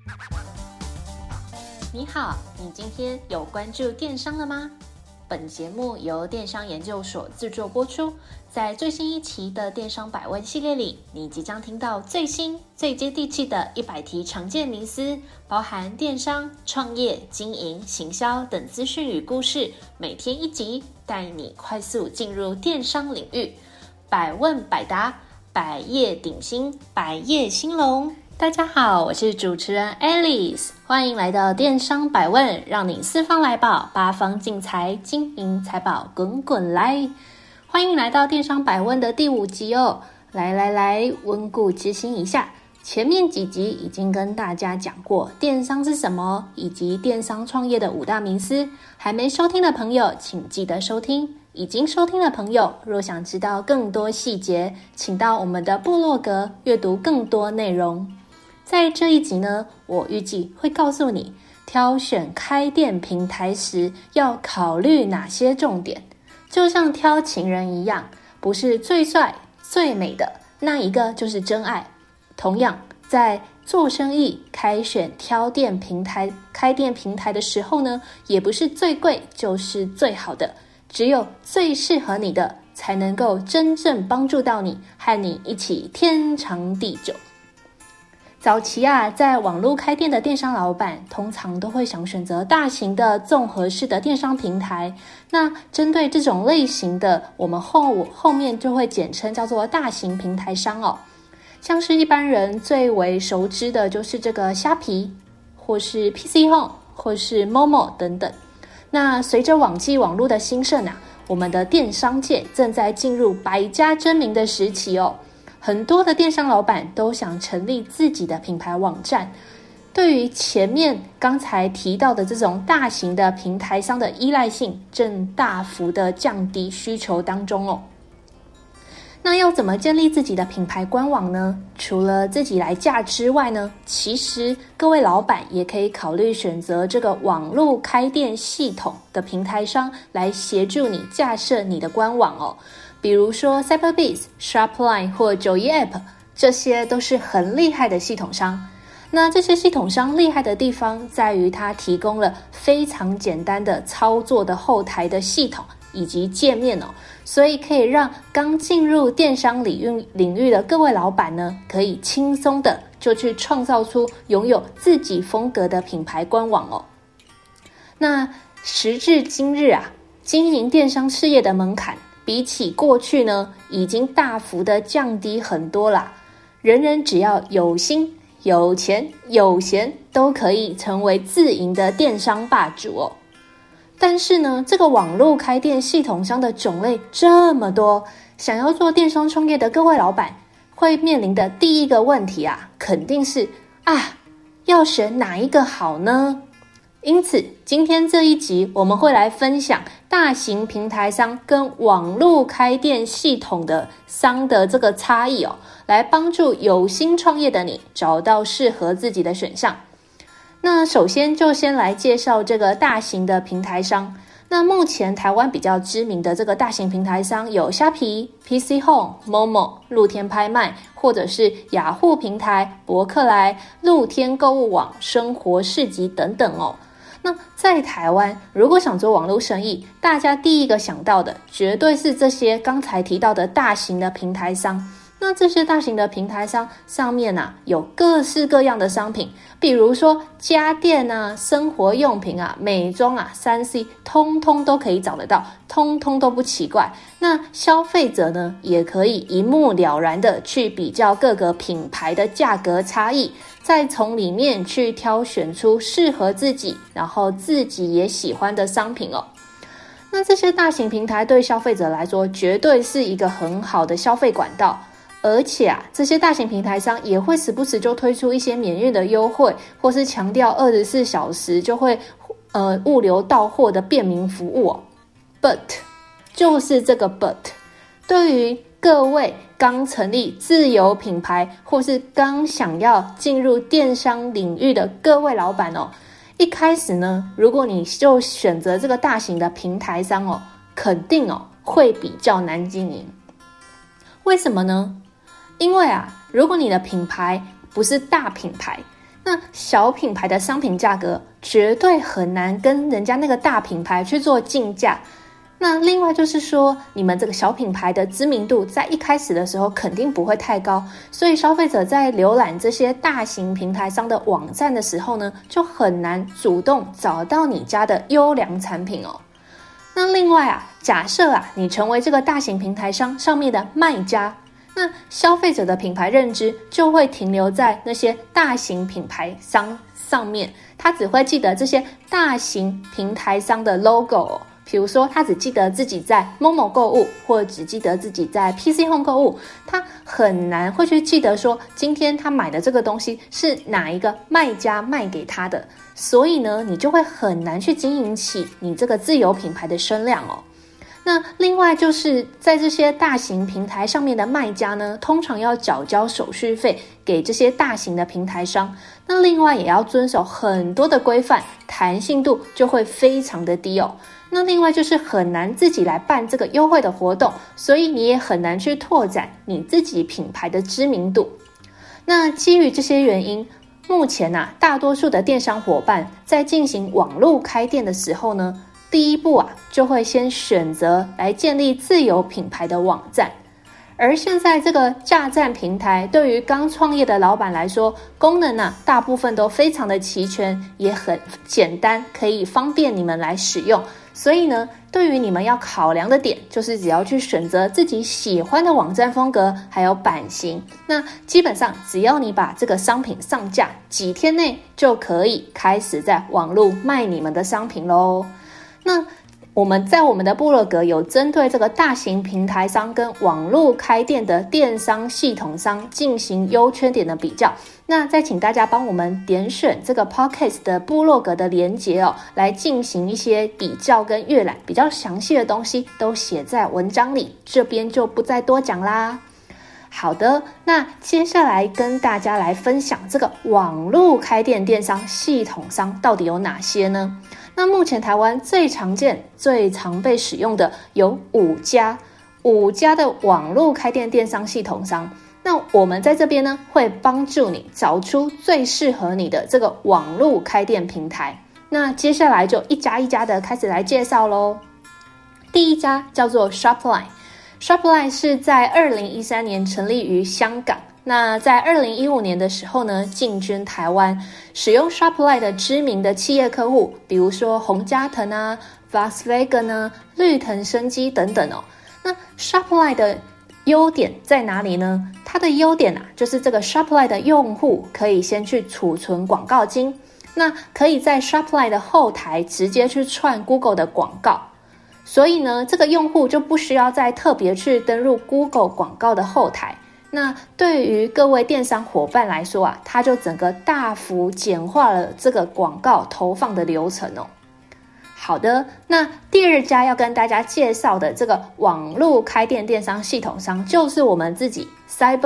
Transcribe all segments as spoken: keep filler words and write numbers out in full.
你好，你今天有关注电商了吗？本节目由电商研究所制作播出。在最新一期的电商百问系列里，你即将听到最新、最接地气的一百题常见迷思，包含电商、创业、经营、行销等资讯与故事，每天一集，带你快速进入电商领域。百问百答，百业鼎新，百业兴隆。大家好，我是主持人 Alice， 欢迎来到电商百问，让你四方来宝，八方进财，金银财宝滚滚来。欢迎来到电商百问的第五集哦！来来来，温故知新一下，前面几集已经跟大家讲过电商是什么，以及电商创业的五大迷思。还没收听的朋友，请记得收听。已经收听的朋友，若想知道更多细节，请到我们的部落格阅读更多内容。在这一集呢，我预计会告诉你，挑选开店平台时要考虑哪些重点。就像挑情人一样，不是最帅最美的那一个就是真爱。同样，在做生意、开选挑店平台、开店平台的时候呢，也不是最贵就是最好的，只有最适合你的，才能够真正帮助到你，和你一起天长地久。早期啊，在网络开店的电商老板通常都会想选择大型的综合式的电商平台。那针对这种类型的，我们后后面就会简称叫做大型平台商哦。像是一般人最为熟知的就是这个虾皮，或是 P C Home， 或是 Momo 等等。那随着网际网络的兴盛啊，我们的电商界正在进入百家争鸣的时期哦。很多的电商老板都想成立自己的品牌网站，对于前面刚才提到的这种大型的平台商的依赖性正大幅的降低需求当中哦。那要怎么建立自己的品牌官网呢？除了自己来架之外呢，其实各位老板也可以考虑选择这个网络开店系统的平台商来协助你架设你的官网哦。比如说 Cyberbiz、Shopline 或九一 App， 这些都是很厉害的系统商。那这些系统商厉害的地方在于它提供了非常简单的操作的后台的系统以及界面哦，所以可以让刚进入电商领域领域的各位老板呢，可以轻松的就去创造出拥有自己风格的品牌官网哦。那时至今日啊，经营电商事业的门槛比起过去呢，已经大幅的降低很多啦。人人只要有心、有钱、有闲，都可以成为自营的电商霸主哦。但是呢，这个网络开店系统商的种类这么多，想要做电商创业的各位老板，会面临的第一个问题啊，肯定是啊，要选哪一个好呢？因此，今天这一集我们会来分享大型平台商跟网络开店系统的商的这个差异哦，来帮助有心创业的你找到适合自己的选项。那首先就先来介绍这个大型的平台商。那目前台湾比较知名的这个大型平台商有虾皮、P C Home、Momo、露天拍卖，或者是雅虎平台、博客来、露天购物网、生活市集等等哦。那在台湾，如果想做网络生意，大家第一个想到的绝对是这些刚才提到的大型的平台商。那这些大型的平台商上面啊，有各式各样的商品，比如说家电啊、生活用品啊、美妆啊、三 C， 通通都可以找得到，通通都不奇怪。那消费者呢，也可以一目了然的去比较各个品牌的价格差异，再从里面去挑选出适合自己，然后自己也喜欢的商品哦。那这些大型平台对消费者来说，绝对是一个很好的消费管道。而且啊，这些大型平台商也会时不时就推出一些免运的优惠，或是强调二十四小时就会呃物流到货的便民服务哦。But 就是这个 But， 对于各位刚成立自有品牌，或是刚想要进入电商领域的各位老板哦，一开始呢，如果你就选择这个大型的平台商哦，肯定哦会比较难经营。为什么呢？因为啊，如果你的品牌不是大品牌， 那小品牌的商品价格绝对很难跟人家那个大品牌去做竞价。那另外就是说，你们这个小品牌的知名度在一开始的时候肯定不会太高，所以消费者在浏览这些大型平台商的网站的时候呢，就很难主动找到你家的优良产品哦。那另外啊，假设啊，你成为这个大型平台商上面的卖家，那消费者的品牌认知就会停留在那些大型品牌商上面，他只会记得这些大型平台商的 logo 哦。比如说他只记得自己在 Momo 购物，或者只记得自己在 P C Home 购物，他很难会去记得说今天他买的这个东西是哪一个卖家卖给他的，所以呢，你就会很难去经营起你这个自有品牌的声量哦。那另外就是在这些大型平台上面的卖家呢，通常要缴交手续费给这些大型的平台商，那另外也要遵守很多的规范，弹性度就会非常的低哦。那另外就是很难自己来办这个优惠的活动，所以你也很难去拓展你自己品牌的知名度。那基于这些原因，目前啊，大多数的电商伙伴在进行网络开店的时候呢，第一步啊，就会先选择来建立自有品牌的网站。而现在这个架站平台对于刚创业的老板来说，功能啊大部分都非常的齐全，也很简单，可以方便你们来使用。所以呢，对于你们要考量的点，就是只要去选择自己喜欢的网站风格还有版型，那基本上只要你把这个商品上架，几天内就可以开始在网络卖你们的商品咯。那我们在我们的部落格有针对这个大型平台商跟网络开店的电商系统商进行优缺点的比较，那再请大家帮我们点选这个 Podcast 的部落格的连结哦，来进行一些比较跟阅览，比较详细的东西都写在文章里，这边就不再多讲啦。好的，那接下来跟大家来分享这个网络开店电商系统商到底有哪些呢？那目前台湾最常见、最常被使用的有五家，五家的网络开店电商系统商。那我们在这边呢，会帮助你找出最适合你的这个网络开店平台。那接下来就一家一家的开始来介绍咯。第一家叫做 Shopline。Shopline 是在二零一三年成立于香港，那在二零一五年的时候呢，进军台湾。使用 Shopline 的知名的企业客户，比如说宏嘉腾啊、Volkswagen 啊、绿藤生机等等哦。那 Shopline 的优点在哪里呢？它的优点啊，就是这个 Shopline 的用户可以先去储存广告金，那可以在 Shopline 的后台直接去串 Google 的广告。所以呢，这个用户就不需要再特别去登入 Google 广告的后台。那对于各位电商伙伴来说啊，它就整个大幅简化了这个广告投放的流程哦。好的，那第二家要跟大家介绍的这个网络开店电商系统商，就是我们自己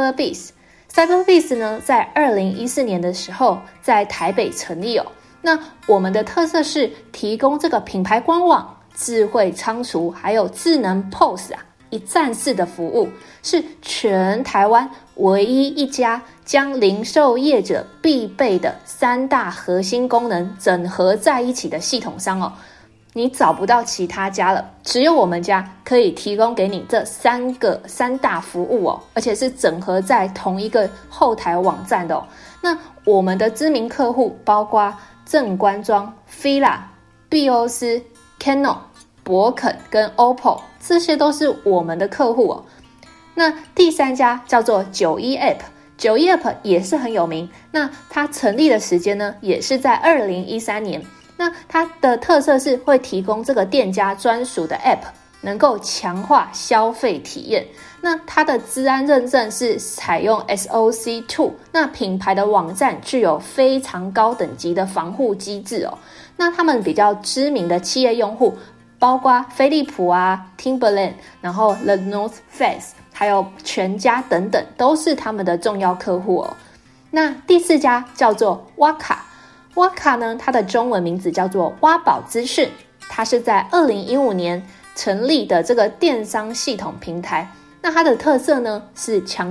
Cyberbiz。Cyberbiz 呢，在二零一四年的时候在台北成立哦。那我们的特色是提供这个品牌官网、智慧仓储还有智能 P O S 啊一站式的服务，是全台湾唯一一家将零售业者必备的三大核心功能整合在一起的系统商哦。你找不到其他家了，只有我们家可以提供给你这三个三大服务哦，而且是整合在同一个后台网站的哦。那我们的知名客户包括正官庄、Fila、碧欧斯、Canon、博肯跟 O P P O， 这些都是我们的客户哦。那第三家叫做九一 App， 九一 App 也是很有名。那它成立的时间呢，也是在二零一三年。那它的特色是会提供这个店家专属的 App， 能够强化消费体验。那它的资安认证是采用 S O C 二， 那品牌的网站具有非常高等级的防护机制哦。那他们比较知名的企业用户包括飞利浦啊、Timberland， 然后 The North Face， 还有全家等等，都是他们的重要客户哦。那第四家叫做 Waka。Waka 呢，它的中文名字叫做挖宝资讯，它是在二零一五年成立的这个电商系统平台。那它的特色呢，是强调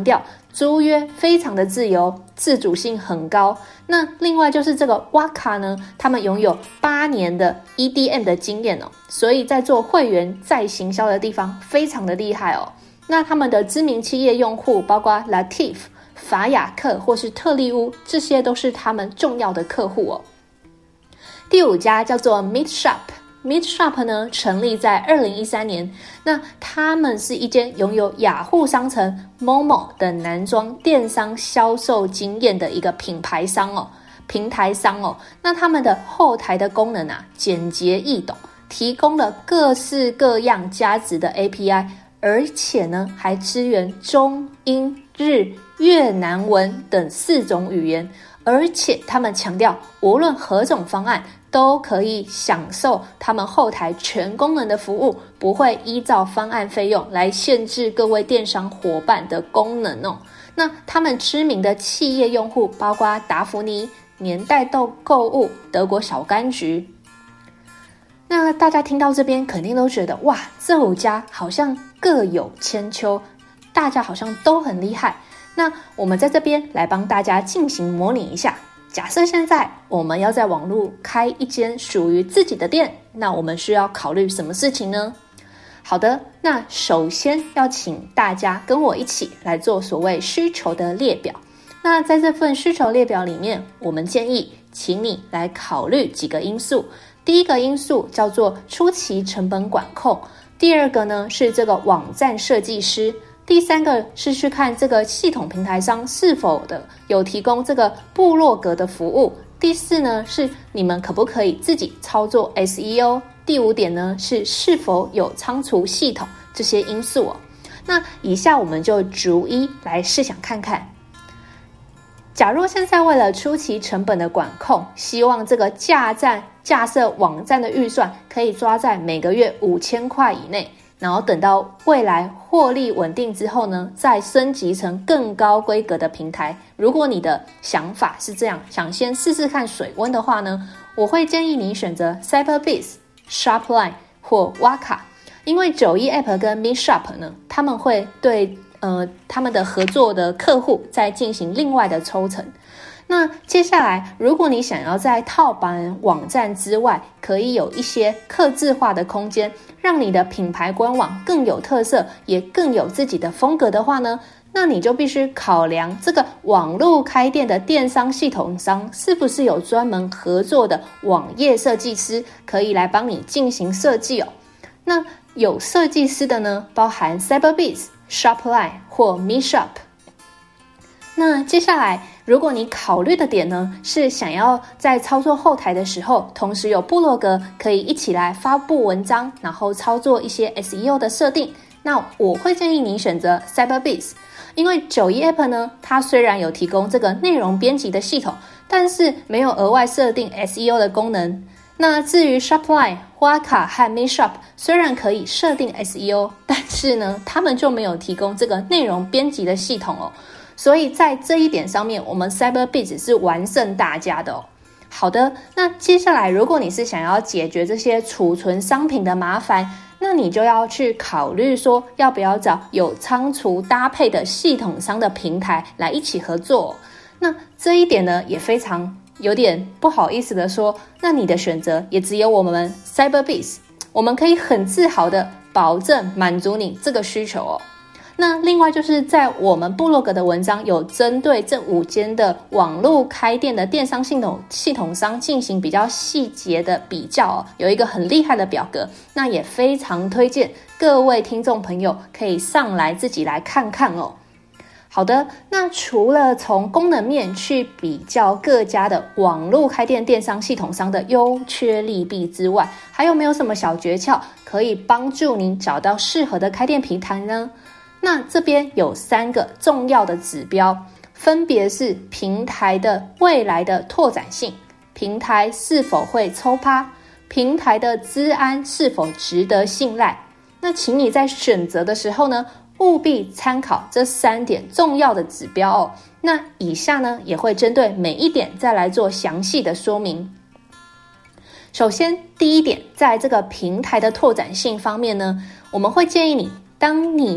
租约非常的自由，自主性很高。那另外就是这个 Waka 呢，他们拥有八年的 E D M 的经验哦，所以在做会员再行销的地方非常的厉害哦。那他们的知名企业用户包括 Latif、法雅克或是特利乌，这些都是他们重要的客户哦。第五家叫做 Meet Shop。Meet Shop 呢，成立在二零一三年，那他们是一间拥有雅虎商城、Momo 等男装电商销售经验的一个品牌商哦，平台商哦。那他们的后台的功能啊，简洁易懂，提供了各式各样价值的 A P I， 而且呢，还支援中、英、日、越南文等四种语言，而且他们强调，无论何种方案，都可以享受他们后台全功能的服务，不会依照方案费用来限制各位电商伙伴的功能哦。那他们知名的企业用户包括达芙妮、年代豆购物、德国小柑橘。那大家听到这边肯定都觉得，哇，这五家好像各有千秋，大家好像都很厉害。那我们在这边来帮大家进行模拟一下。假设现在我们要在网络开一间属于自己的店，那我们需要考虑什么事情呢？好的，那首先要请大家跟我一起来做所谓需求的列表。那在这份需求列表里面，我们建议请你来考虑几个因素。第一个因素叫做初期成本管控，第二个呢是这个网站设计师，第三个是去看这个系统平台商是否的有提供这个部落格的服务，第四呢是你们可不可以自己操作 S E O， 第五点呢是是否有仓储系统这些因素哦。那以下我们就逐一来试想看看。假如现在为了初期成本的管控，希望这个架站架设网站的预算可以抓在每个月五千块以内，然后等到未来获利稳定之后呢，再升级成更高规格的平台。如果你的想法是这样，想先试试看水温的话呢，我会建议你选择 Cyberbiz、Shopline 或 Waka， 因为九一 App 跟 Meet Shop 呢，他们会对呃他们的合作的客户再进行另外的抽成。那接下来，如果你想要在套版网站之外，可以有一些客制化的空间，让你的品牌官网更有特色，也更有自己的风格的话呢，那你就必须考量这个网络开店的电商系统商是不是有专门合作的网页设计师，可以来帮你进行设计哦。那有设计师的呢，包含 Cyberbiz、Shopline 或 Meet Shop。那接下来，如果你考虑的点呢，是想要在操作后台的时候，同时有部落格可以一起来发布文章，然后操作一些 S E O 的设定，那我会建议你选择 Cyberbiz， 因为九一 App 呢，它虽然有提供这个内容编辑的系统，但是没有额外设定 S E O 的功能。那至于 Shopline、Waka 和 Meet Shop 虽然可以设定 S E O， 但是呢，他们就没有提供这个内容编辑的系统哦。所以在这一点上面，我们 Cyberbiz 是完胜大家的哦。好的，那接下来如果你是想要解决这些储存商品的麻烦，那你就要去考虑说，要不要找有仓储搭配的系统商的平台来一起合作哦。那这一点呢，也非常有点不好意思的说，那你的选择也只有我们 Cyberbiz， 我们可以很自豪的保证满足你这个需求哦。那另外就是在我们部落格的文章有针对这五间的网络开店的电商系统系统商进行比较细节的比较哦，有一个很厉害的表格，那也非常推荐各位听众朋友可以上来自己来看看哦。好的，那除了从功能面去比较各家的网络开店电商系统商的优缺利弊之外，还有没有什么小诀窍可以帮助你找到适合的开店平台呢？那这边有三个重要的指标，分别是平台的未来的拓展性，平台是否会抽趴，平台的资安是否值得信赖。那请你在选择的时候呢，务必参考这三点重要的指标哦。那以下呢，也会针对每一点再来做详细的说明。首先，第一点，在这个平台的拓展性方面呢，我们会建议你，当你啊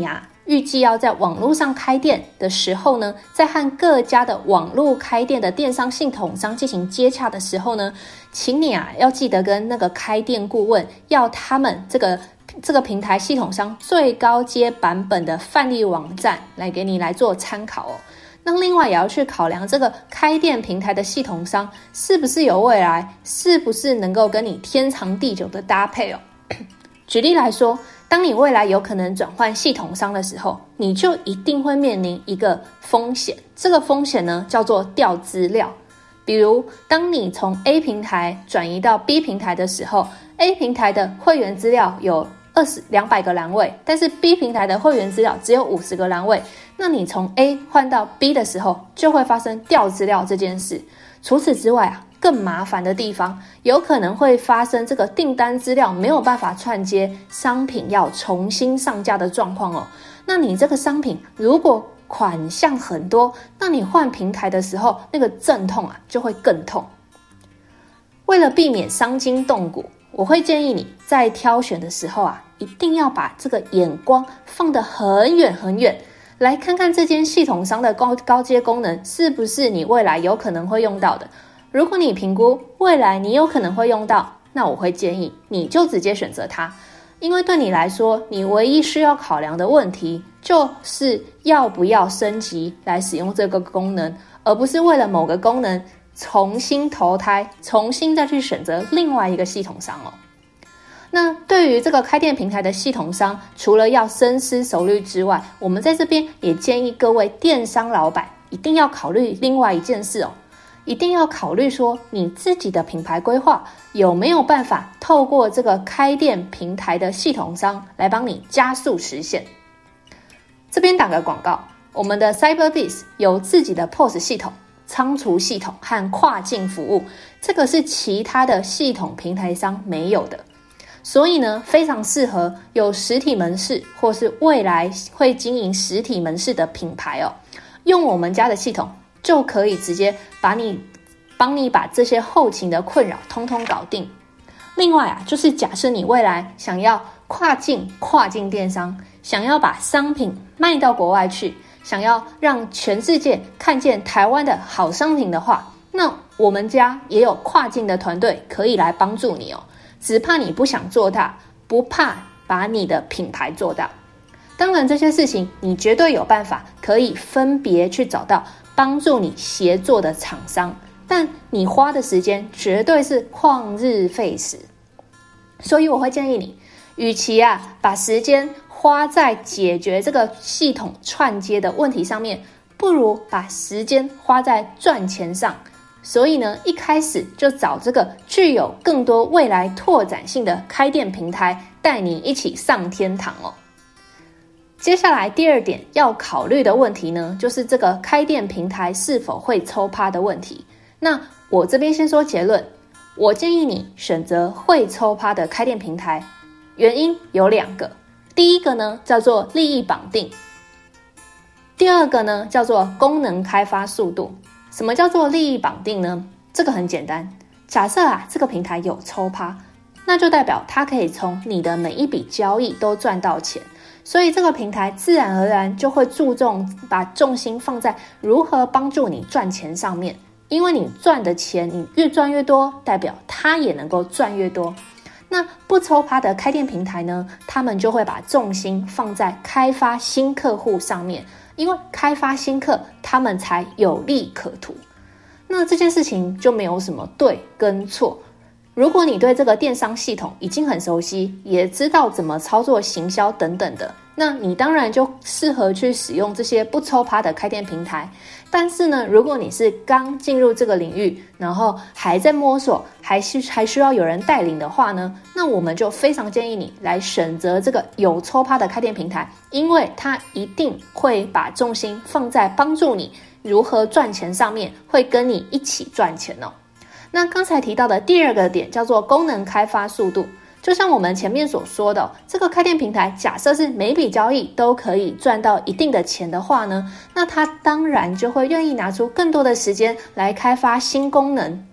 预计要在网络上开店的时候呢，在和各家的网络开店的电商系统商进行接洽的时候呢，请你啊要记得跟那个开店顾问要他们这个这个平台系统商最高阶版本的范例网站来给你来做参考哦。那另外也要去考量这个开店平台的系统商是不是有未来，是不是能够跟你天长地久的搭配哦。举例来说，当你未来有可能转换系统商的时候，你就一定会面临一个风险，这个风险呢叫做掉资料。比如当你从 A 平台转移到 B 平台的时候， A 平台的会员资料有两百个栏位，但是 B 平台的会员资料只有五十个栏位，那你从 A 换到 B 的时候就会发生掉资料这件事。除此之外啊，更麻烦的地方有可能会发生这个订单资料没有办法串接，商品要重新上架的状况哦。那你这个商品如果款项很多，那你换平台的时候那个阵痛啊就会更痛。为了避免伤筋动骨，我会建议你在挑选的时候啊，一定要把这个眼光放得很远很远，来看看这间系统商的高高阶功能是不是你未来有可能会用到的。如果你评估未来你有可能会用到，那我会建议你就直接选择它，因为对你来说，你唯一需要考量的问题就是要不要升级来使用这个功能，而不是为了某个功能重新投胎，重新再去选择另外一个系统商哦。那对于这个开店平台的系统商，除了要深思熟虑之外，我们在这边也建议各位电商老板一定要考虑另外一件事哦，一定要考虑说你自己的品牌规划有没有办法透过这个开店平台的系统商来帮你加速实现。这边打个广告，我们的 Cyberbiz 有自己的 P O S 系统、仓储系统和跨境服务，这个是其他的系统平台商没有的，所以呢，非常适合有实体门市或是未来会经营实体门市的品牌哦。用我们家的系统就可以直接把你帮你把这些后勤的困扰通通搞定。另外啊，就是假设你未来想要跨境跨境电商，想要把商品卖到国外去，想要让全世界看见台湾的好商品的话，那我们家也有跨境的团队可以来帮助你哦。只怕你不想做大，不怕把你的品牌做大。当然这些事情你绝对有办法可以分别去找到帮助你协作的厂商，但你花的时间绝对是旷日费时。所以我会建议你，与其啊把时间花在解决这个系统串接的问题上面，不如把时间花在赚钱上。所以呢，一开始就找这个具有更多未来拓展性的开店平台，带你一起上天堂哦。接下来第二点要考虑的问题呢，就是这个开店平台是否会抽趴的问题。那我这边先说结论，我建议你选择会抽趴的开店平台，原因有两个。第一个呢叫做利益绑定，第二个呢叫做功能开发速度。什么叫做利益绑定呢？这个很简单，假设啊这个平台有抽趴，那就代表它可以从你的每一笔交易都赚到钱，所以这个平台自然而然就会注重把重心放在如何帮助你赚钱上面，因为你赚的钱你越赚越多，代表它也能够赚越多。那不抽趴的开店平台呢，他们就会把重心放在开发新客户上面，因为开发新客他们才有利可图。那这件事情就没有什么对跟错，如果你对这个电商系统已经很熟悉，也知道怎么操作行销等等的，那你当然就适合去使用这些不抽趴的开店平台。但是呢，如果你是刚进入这个领域，然后还在摸索，还需还需要有人带领的话呢，那我们就非常建议你来选择这个有抽趴的开店平台，因为它一定会把重心放在帮助你如何赚钱上面，会跟你一起赚钱哦。那刚才提到的第二个点叫做功能开发速度，就像我们前面所说的，这个开店平台假设是每笔交易都可以赚到一定的钱的话呢，那它当然就会愿意拿出更多的时间来开发新功能。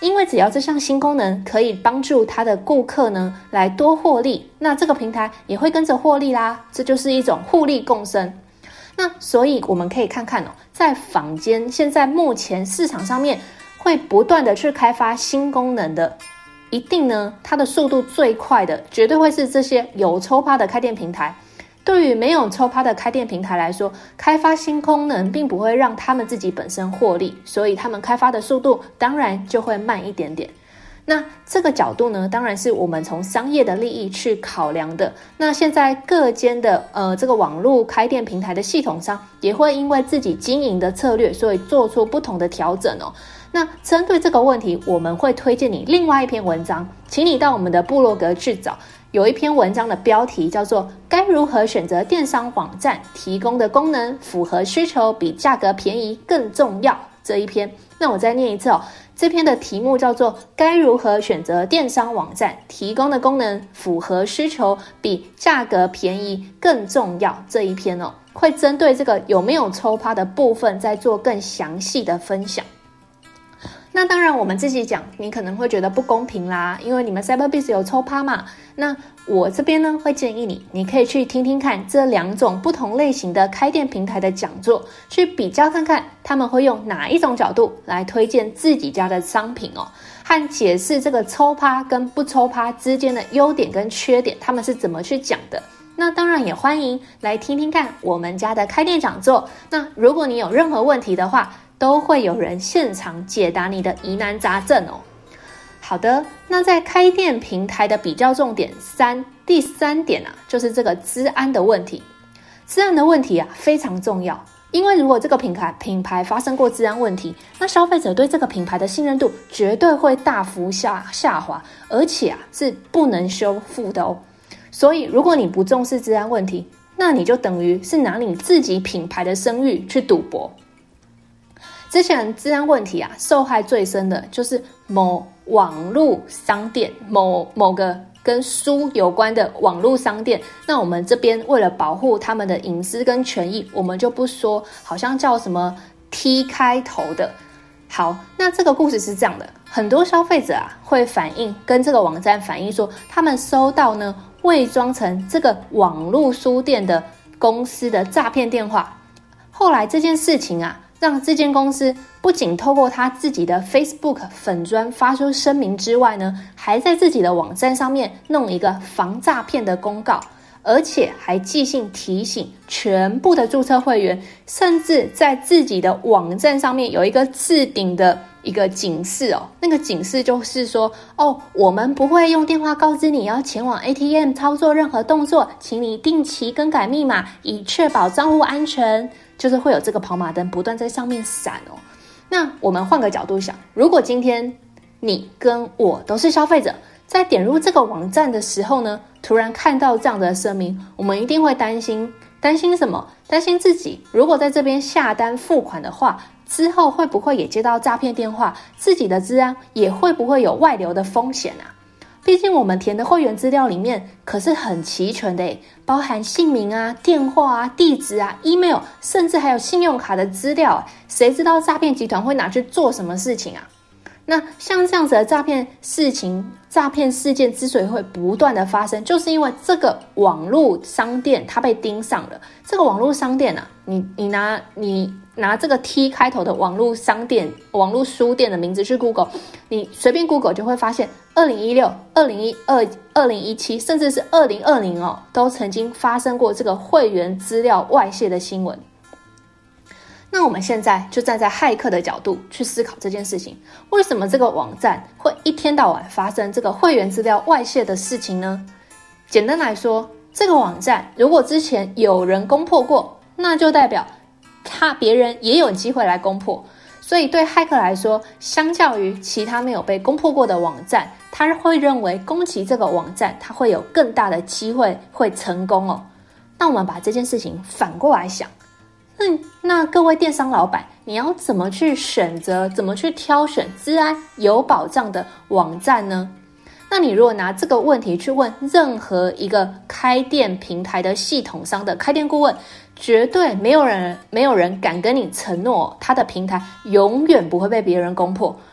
因为只要这项新功能可以帮助他的顾客呢来多获利，那这个平台也会跟着获利啦，这就是一种互利共生。那所以我们可以看看哦，在坊间现在目前市场上面会不断的去开发新功能的，一定呢它的速度最快的绝对会是这些有抽趴的开店平台。对于没有抽趴的开店平台来说，开发新功能并不会让他们自己本身获利，所以他们开发的速度当然就会慢一点点。那这个角度呢，当然是我们从商业的利益去考量的。那现在各间的呃这个网络开店平台的系统商也会因为自己经营的策略，所以做出不同的调整哦。那针对这个问题，我们会推荐你另外一篇文章，请你到我们的部落格去找。有一篇文章的标题叫做该如何选择电商网站提供的功能符合需求比价格便宜更重要，这一篇。那我再念一次哦，这篇的题目叫做该如何选择电商网站提供的功能符合需求比价格便宜更重要，这一篇哦，会针对这个有没有抽趴的部分再做更详细的分享。那当然我们自己讲你可能会觉得不公平啦，因为你们 Cyberbiz 有抽趴嘛。那我这边呢会建议你你可以去听听看这两种不同类型的开店平台的讲座，去比较看看他们会用哪一种角度来推荐自己家的商品哦，和解释这个抽趴跟不抽趴之间的优点跟缺点，他们是怎么去讲的。那当然也欢迎来听听看我们家的开店讲座，那如果你有任何问题的话，都会有人现场解答你的疑难杂症哦。好的，那在开店平台的比较重点三，第三点啊，就是这个资安的问题。资安的问题啊非常重要，因为如果这个品牌品牌发生过资安问题，那消费者对这个品牌的信任度绝对会大幅下下滑，而且啊是不能修复的哦。所以如果你不重视资安问题，那你就等于是拿你自己品牌的声誉去赌博。之前资安问题啊，受害最深的就是某网络商店，某某个跟书有关的网络商店。那我们这边为了保护他们的隐私跟权益，我们就不说，好像叫什么 T 开头的。好，那这个故事是这样的，很多消费者啊会反映，跟这个网站反映说，他们收到呢伪装成这个网络书店的公司的诈骗电话。后来这件事情啊，让这间公司不仅透过他自己的 Facebook 粉专发出声明之外呢，还在自己的网站上面弄一个防诈骗的公告，而且还寄信提醒全部的注册会员，甚至在自己的网站上面有一个置顶的一个警示哦，那个警示就是说，哦，我们不会用电话告知你要前往 A T M 操作任何动作，请你定期更改密码，以确保账户安全。就是会有这个跑马灯不断在上面闪哦。那我们换个角度想，如果今天你跟我都是消费者，在点入这个网站的时候呢，突然看到这样的声明，我们一定会担心，担心什么？担心自己如果在这边下单付款的话，之后会不会也接到诈骗电话，自己的资安也会不会有外流的风险啊？毕竟我们填的会员资料里面可是很齐全的耶，包含姓名啊、电话啊、地址啊、email， 甚至还有信用卡的资料，谁知道诈骗集团会拿去做什么事情啊？那像这样子的诈骗事情、诈骗事件之所以会不断的发生，就是因为这个网络商店它被盯上了。这个网络商店啊，你你拿你拿这个 T 开头的网络商店、网络书店的名字去 Google， 你随便 Google 就会发现，二零一六、二零一二、二零一七，甚至是二零二零哦，都曾经发生过这个会员资料外泄的新闻。那我们现在就站在骇客的角度去思考这件事情，为什么这个网站会一天到晚发生这个会员资料外泄的事情呢？简单来说，这个网站如果之前有人攻破过，那就代表他别人也有机会来攻破。所以对骇客来说，相较于其他没有被攻破过的网站，他会认为攻击这个网站，他会有更大的机会会成功哦。那我们把这件事情反过来想，那那各位电商老板，你要怎么去选择，怎么去挑选资安有保障的网站呢？那你如果拿这个问题去问任何一个开店平台的系统商的开店顾问，绝对没有人没有人敢跟你承诺他的平台永远不会被别人攻破。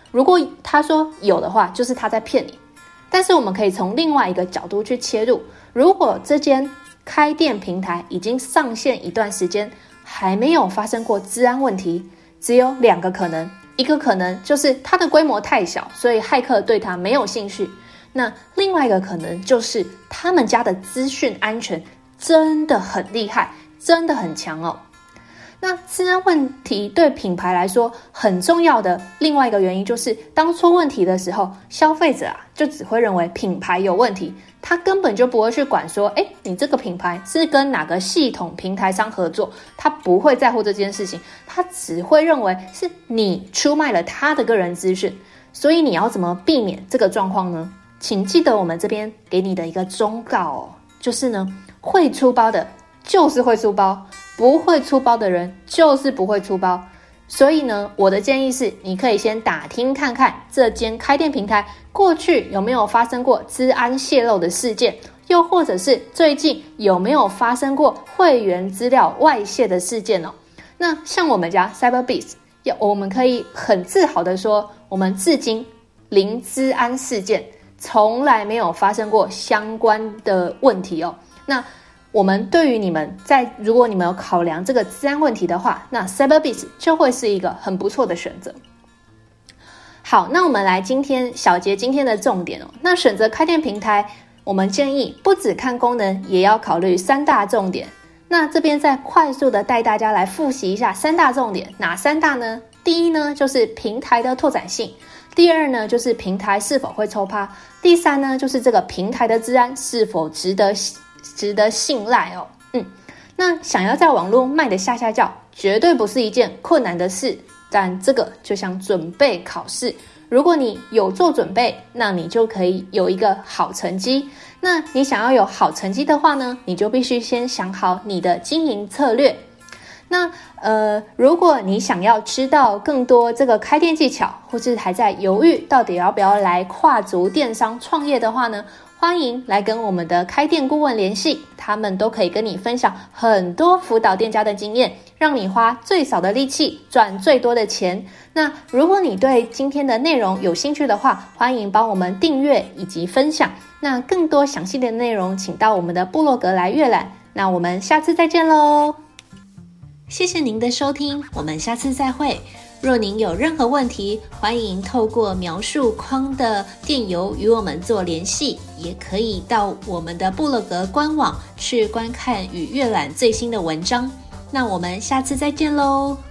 如果他说有的话，就是他在骗你。但是我们可以从另外一个角度去切入，如果这间开店平台已经上线一段时间，还没有发生过资安问题，只有两个可能，一个可能就是它的规模太小，所以骇客对它没有兴趣。那另外一个可能就是他们家的资讯安全真的很厉害，真的很强哦。那资安问题对品牌来说很重要的另外一个原因就是，当出问题的时候，消费者啊就只会认为品牌有问题，他根本就不会去管说，哎，你这个品牌是跟哪个系统平台商合作，他不会在乎这件事情，他只会认为是你出卖了他的个人资讯。所以你要怎么避免这个状况呢？请记得我们这边给你的一个忠告哦，就是呢，会出包的就是会出包，不会出包的人就是不会出包。所以呢，我的建议是，你可以先打听看看这间开店平台过去有没有发生过资安泄露的事件，又或者是最近有没有发生过会员资料外泄的事件哦。那像我们家 Cyberbiz， 我们可以很自豪的说，我们至今零资安事件，从来没有发生过相关的问题哦。那我们对于你们在如果你们有考量这个资安问题的话，那 Cyberbiz 就会是一个很不错的选择。好，那我们来今天小杰今天的重点哦。那选择开店平台，我们建议不只看功能，也要考虑三大重点。那这边再快速的带大家来复习一下三大重点，哪三大呢？第一呢，就是平台的拓展性。第二呢，就是平台是否会抽趴。第三呢，就是这个平台的资安是否值得值得信赖哦。嗯，那想要在网络卖得下下叫，绝对不是一件困难的事，但这个就像准备考试，如果你有做准备，那你就可以有一个好成绩。那你想要有好成绩的话呢，你就必须先想好你的经营策略。那呃，如果你想要知道更多这个开店技巧，或是还在犹豫到底要不要来跨足电商创业的话呢，欢迎来跟我们的开店顾问联系，他们都可以跟你分享很多辅导店家的经验，让你花最少的力气赚最多的钱。那如果你对今天的内容有兴趣的话，欢迎帮我们订阅以及分享。那更多详细的内容请到我们的部落格来阅览。那我们下次再见咯。谢谢您的收听，我们下次再会。若您有任何问题，欢迎透过描述框的电邮与我们做联系，也可以到我们的部落格官网去观看与阅览最新的文章。那我们下次再见咯。